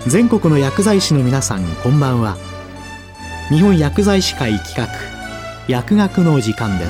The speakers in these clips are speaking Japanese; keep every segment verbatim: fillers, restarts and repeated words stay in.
全国の薬剤師の皆さん、こんばんは。日本薬剤師会企画、薬学の時間です。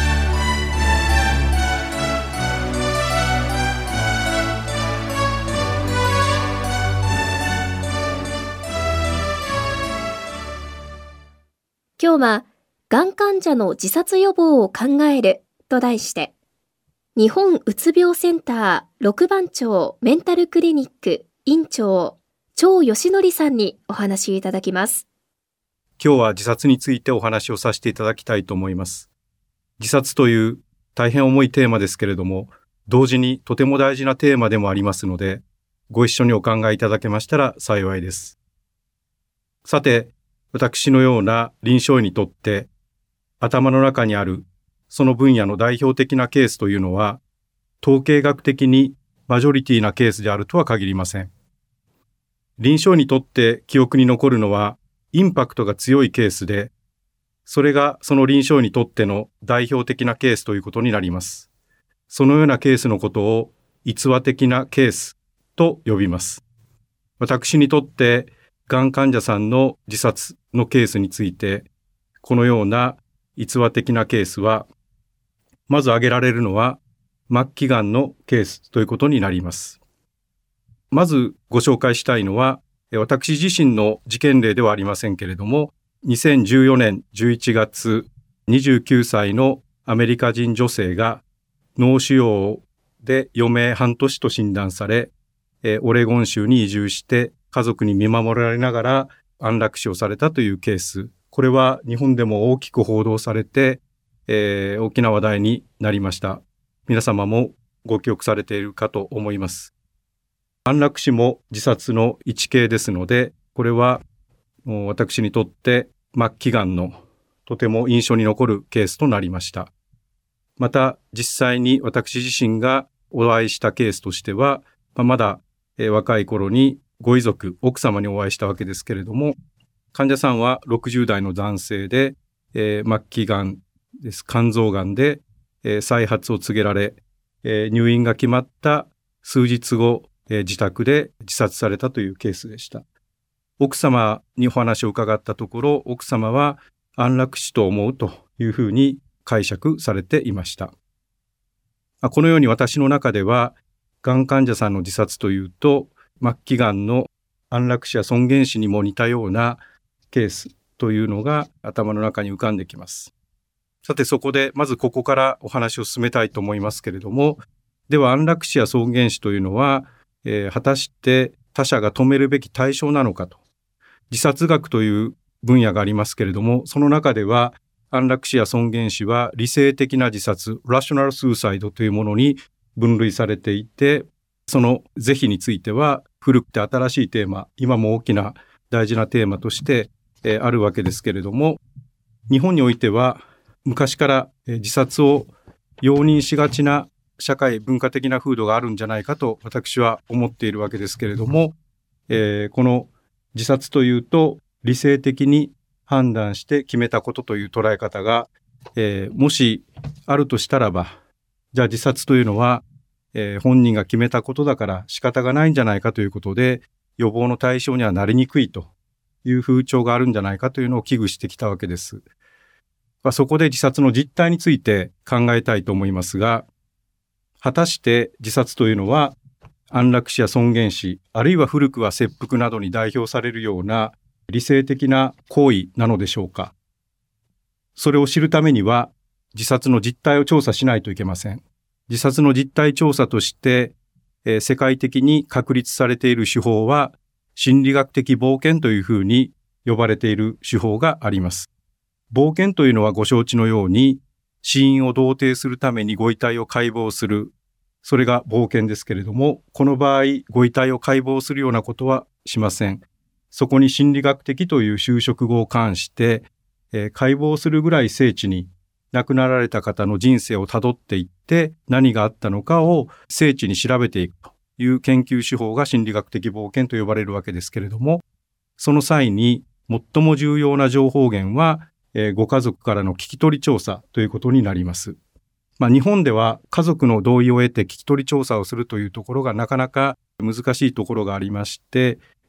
今日はがん患者の自殺予防を考えると題して、日本うつ病センターろくばん町メンタルクリニック院長張義則さんにお話しいただきます。 今日は自殺についてお話をさせていただきたいと思います。自殺という大変重いテーマですけれども、同時にとても大事なテーマでもありますので、ご一緒にお考えいただけましたら幸いです。さて、私のような臨床医にとって頭の中にあるその分野の代表的なケースというのは、統計学的にマジョリティなケースであるとは限りません。臨床医にとって記憶に残るのはインパクトが強いケースで、それがその臨床医にとっての代表的なケースということになります。そのようなケースのことを逸話的なケースと呼びます。私にとってがん患者さんの自殺のケースについて、このような逸話的なケースは、まず挙げられるのは末期がんのケースということになります。まずご紹介したいのは、私自身の事件例ではありませんけれども、にせんじゅうよねんじゅういちがつ、にじゅうきゅうさいのアメリカ人女性が脳腫瘍で余命半年と診断され、オレゴン州に移住して家族に見守られながら安楽死をされたというケース。これは日本でも大きく報道されて、えー、大きな話題になりました。皆様もご記憶されているかと思います。安楽死も自殺の一系ですので、これはもう私にとって末期がんのとても印象に残るケースとなりました。また実際に私自身がお会いしたケースとしては、まあ、まだ、えー、若い頃にご遺族、奥様にお会いしたわけですけれども、患者さんはろくじゅうだいの男性で、えー、末期がんです。肝臓がんで、えー、再発を告げられ、えー、入院が決まった数日後、えー、自宅で自殺されたというケースでした。奥様にお話を伺ったところ、奥様は安楽死と思うというふうに解釈されていました。このように私の中では、がん患者さんの自殺というと、末期がんの安楽死や尊厳死にも似たようなケースというのが頭の中に浮かんできます。さてそこでまずここからお話を進めたいと思いますけれども、では安楽死や尊厳死というのは、えー、果たして他者が止めるべき対象なのかと。自殺学という分野がありますけれども、その中では安楽死や尊厳死は理性的な自殺、ラショナルスーサイドというものに分類されていて、その是非については古くて新しいテーマ、今も大きな大事なテーマとして、えー、あるわけですけれども、日本においては昔から、えー、自殺を容認しがちな社会文化的な風土があるんじゃないかと私は思っているわけですけれども、えー、この自殺というと理性的に判断して決めたことという捉え方が、えー、もしあるとしたらば、じゃあ自殺というのはえー、本人が決めたことだから仕方がないんじゃないかということで、予防の対象にはなりにくいという風潮があるんじゃないかというのを危惧してきたわけです。まあ、そこで自殺の実態について考えたいと思いますが、果たして自殺というのは安楽死や尊厳死、あるいは古くは切腹などに代表されるような理性的な行為なのでしょうか。それを知るためには自殺の実態を調査しないといけません。自殺の実態調査として、えー、世界的に確立されている手法は心理学的冒険というふうに呼ばれている手法があります。冒険というのはご承知のように死因を同定するためにご遺体を解剖する。それが冒険ですけれども、この場合ご遺体を解剖するようなことはしません。そこに心理学的という修飾語を冠して、えー、解剖するぐらい精緻に亡くなられた方の人生をたどっていって何があったのかを精緻に調べていくという研究手法が心理学的冒険と呼ばれるわけですけれども、その際に最も重要な情報源は、えー、ご家族からの聞き取り調査ということになります。まあ、日本では家族の同意を得て聞き取り調査をするというところがなかなか難しいところがありまして、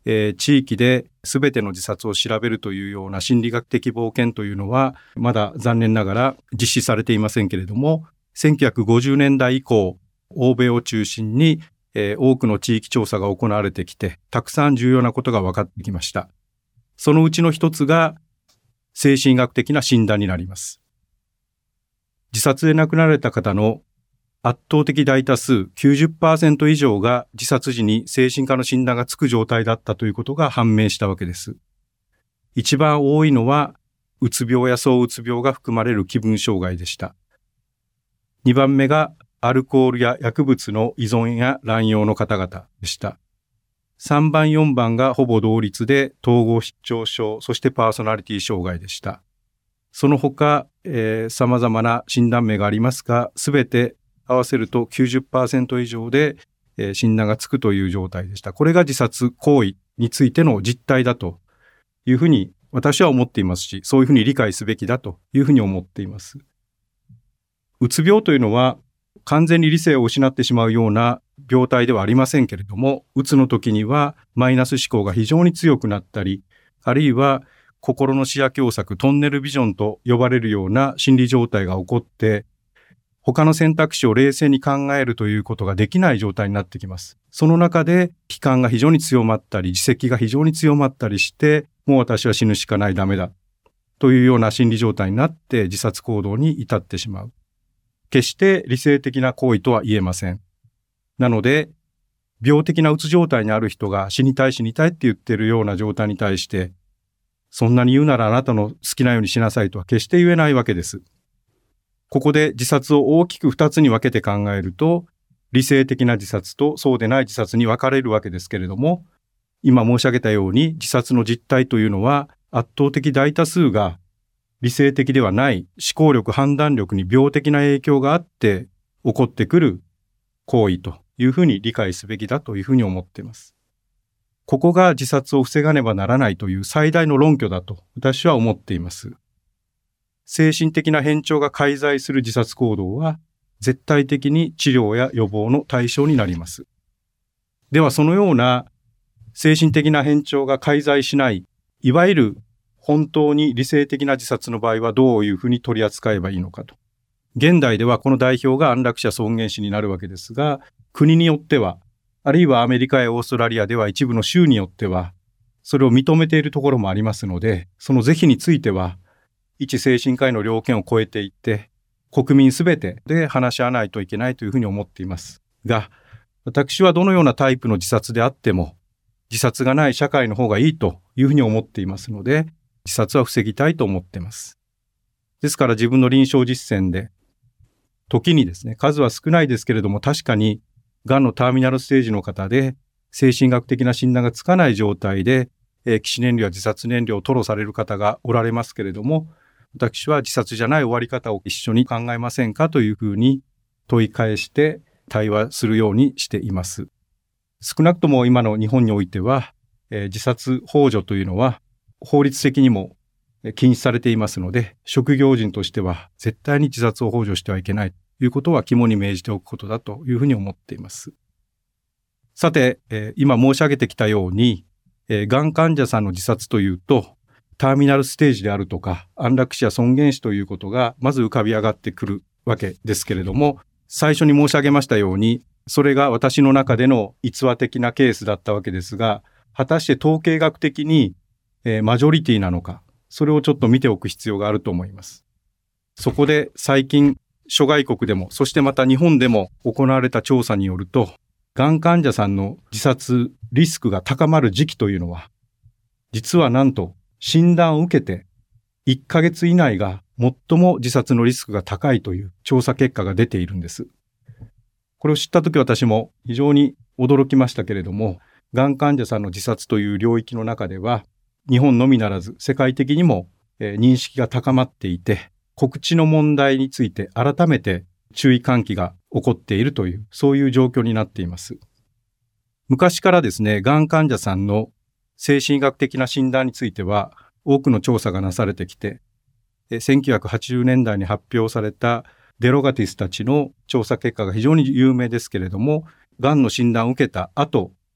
えー、地域で全ての自殺を調べるというような心理学的冒険というのはまだ残念ながら実施されていませんけれども、せんきゅうひゃくごじゅうねんだい以降、欧米を中心に、えー、多くの地域調査が行われてきて、たくさん重要なことが分かってきました。そのうちの一つが精神学的な診断になります。自殺で亡くなられた方の圧倒的大多数 きゅうじゅっパーセント 以上が自殺時に精神科の診断がつく状態だったということが判明したわけです。一番多いのはうつ病や躁うつ病が含まれる気分障害でした。にばんめがアルコールや薬物の依存や乱用の方々でした。さんばんよんばんがほぼ同率で統合失調症、そしてパーソナリティ障害でした。その他、えー、様々な診断名がありますが、すべて合わせると きゅうじゅっパーセント 以上で、えー、診断がつくという状態でした。これが自殺行為についての実態だというふうに私は思っていますし、そういうふうに理解すべきだというふうに思っています。うつ病というのは完全に理性を失ってしまうような病態ではありませんけれども、うつの時にはマイナス思考が非常に強くなったり、あるいは心の視野狭窄、トンネルビジョンと呼ばれるような心理状態が起こって、他の選択肢を冷静に考えるということができない状態になってきます。その中で悲観が非常に強まったり、自責が非常に強まったりして、もう私は死ぬしかない、ダメだというような心理状態になって自殺行動に至ってしまう。決して理性的な行為とは言えません。なので、病的なうつ状態にある人が死にたい死にたいって言っているような状態に対して、そんなに言うならあなたの好きなようにしなさいとは決して言えないわけです。ここで自殺を大きく二つに分けて考えると、理性的な自殺とそうでない自殺に分かれるわけですけれども、今申し上げたように自殺の実態というのは圧倒的大多数が理性的ではない思考力、判断力に病的な影響があって起こってくる行為というふうに理解すべきだというふうに思っています。ここが自殺を防がねばならないという最大の論拠だと私は思っています。精神的な変調が介在する自殺行動は絶対的に治療や予防の対象になります。ではそのような精神的な変調が介在しない、いわゆる本当に理性的な自殺の場合はどういうふうに取り扱えばいいのかと。現代ではこの代表が安楽死や尊厳死になるわけですが、国によっては、あるいはアメリカやオーストラリアでは一部の州によっては、それを認めているところもありますので、その是非については、一精神科医の両見を超えていって、国民すべてで話し合わないといけないというふうに思っていますが、私はどのようなタイプの自殺であっても、自殺がない社会の方がいいというふうに思っていますので、自殺は防ぎたいと思っています。ですから自分の臨床実践で、時にですね、数は少ないですけれども、確かにがんのターミナルステージの方で、精神学的な診断がつかない状態で、えー、起死燃料や自殺燃料を吐露される方がおられますけれども、私は自殺じゃない終わり方を一緒に考えませんかというふうに問い返して対話するようにしています。少なくとも今の日本においては、えー、自殺幇助というのは法律的にも禁止されていますので、職業人としては絶対に自殺を幇助してはいけないということは肝に銘じておくことだというふうに思っています。さて、えー、今申し上げてきたように、えー、がん患者さんの自殺というと、ターミナルステージであるとか、安楽死や尊厳死ということがまず浮かび上がってくるわけですけれども、最初に申し上げましたように、それが私の中での逸話的なケースだったわけですが、果たして統計学的に、えー、マジョリティなのか、それをちょっと見ておく必要があると思います。そこで最近、諸外国でも、そしてまた日本でも行われた調査によると、がん患者さんの自殺リスクが高まる時期というのは、実はなんと診断を受けていっかげつ以内が最も自殺のリスクが高いという調査結果が出ているんです。これを知ったとき私も非常に驚きましたけれども、がん患者さんの自殺という領域の中では、日本のみならず世界的にも認識が高まっていて、告知の問題について改めて注意喚起が起こっているという、そういう状況になっています。昔からですね、がん患者さんの精神医学的な診断については多くの調査がなされてきて、せんきゅうひゃくはちじゅうねんだいに発表されたデロガティスたちの調査結果が非常に有名ですけれども、がんの診断を受けた後、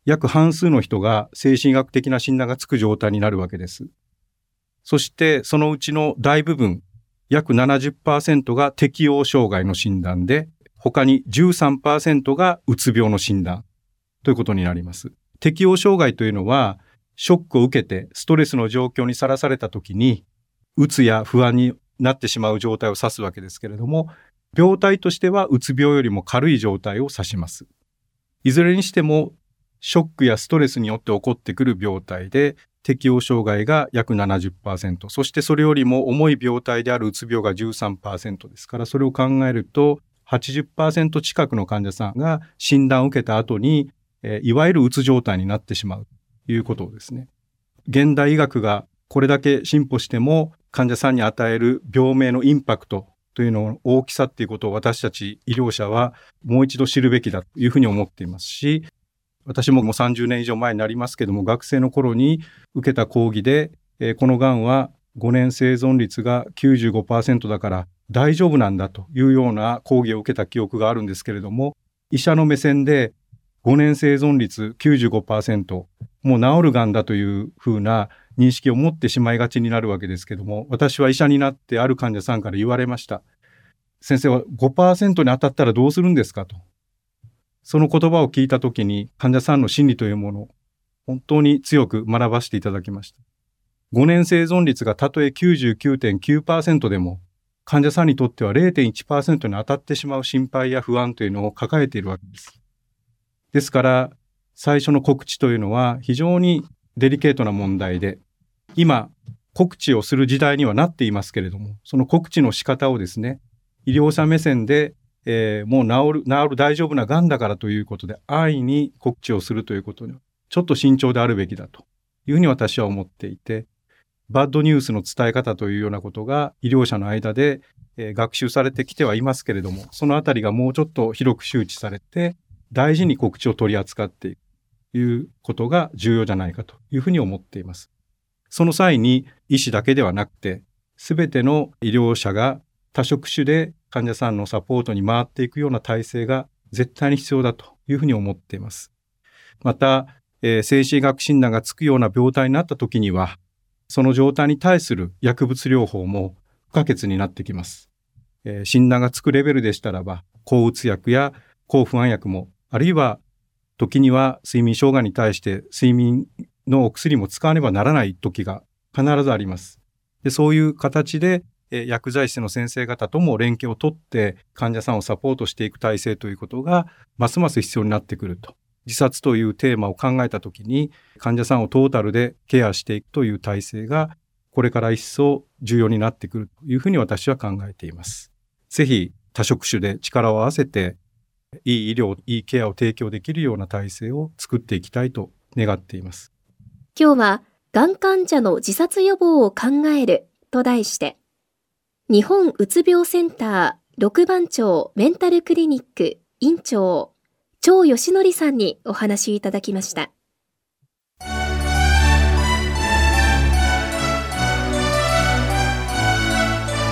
約半数の人が精神医学的な診断がつく状態になるわけです。そしてそのうちの大部分、約 ななじゅっパーセント が適応障害の診断で、他に じゅうさんパーセント がうつ病の診断ということになります。適応障害というのは、ショックを受けてストレスの状況にさらされたときに、うつや不安になってしまう状態を指すわけですけれども、病態としてはうつ病よりも軽い状態を指します。いずれにしても、ショックやストレスによって起こってくる病態で、適応障害が約 ななじゅっパーセント、そしてそれよりも重い病態であるうつ病が じゅうさんパーセント ですから、それを考えると はちじゅっパーセント 近くの患者さんが診断を受けた後に、えー、いわゆるうつ状態になってしまうということですね。現代医学がこれだけ進歩しても患者さんに与える病名のインパクトというのの大きさということを私たち医療者はもう一度知るべきだというふうに思っていますし、私ももうさんじゅうねん以上前になりますけども、学生の頃に受けた講義で、えー、このがんはごねん生存率が きゅうじゅうごパーセント だから大丈夫なんだというような講義を受けた記憶があるんですけれども、医者の目線でごねん生存率 きゅうじゅうごパーセント、もう治るがんだというふうな認識を持ってしまいがちになるわけですけども、私は医者になってある患者さんから言われました。先生は ごパーセント に当たったらどうするんですかと。その言葉を聞いたときに患者さんの心理というものを本当に強く学ばせていただきました。ごねん生存率がたとえ きゅうじゅうきゅうてんきゅうパーセント でも患者さんにとっては れいてんいちパーセント に当たってしまう心配や不安というのを抱えているわけです。ですから最初の告知というのは非常にデリケートな問題で、今告知をする時代にはなっていますけれども、その告知の仕方をですね、医療者目線でえー、もう治る、治る大丈夫ながんだからということで安易に告知をするということにちょっと慎重であるべきだというふうに私は思っていて、バッドニュースの伝え方というようなことが医療者の間で、えー、学習されてきてはいますけれども、そのあたりがもうちょっと広く周知されて大事に告知を取り扱っていくということが重要じゃないかというふうに思っています。その際に医師だけではなくて、すべての医療者が多職種で患者さんのサポートに回っていくような体制が絶対に必要だというふうに思っています。また、えー、精神医学診断がつくような病態になった時には、その状態に対する薬物療法も不可欠になってきます。えー、診断がつくレベルでしたらば、抗うつ薬や抗不安薬も、あるいは時には睡眠障害に対して睡眠のお薬も使わねばならない時が必ずあります。で、そういう形で薬剤師の先生方とも連携をとって患者さんをサポートしていく体制ということがますます必要になってくると。自殺というテーマを考えたときに患者さんをトータルでケアしていくという体制がこれから一層重要になってくるというふうに私は考えています。ぜひ多職種で力を合わせていい医療、いいケアを提供できるような体制を作っていきたいと願っています。 今日はがん患者の自殺予防を考えると題して日本うつ病センターろく番町メンタルクリニック院長張義則さんにお話いただきました。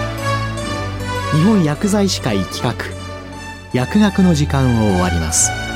日本薬剤師会企画薬学の時間を終わります。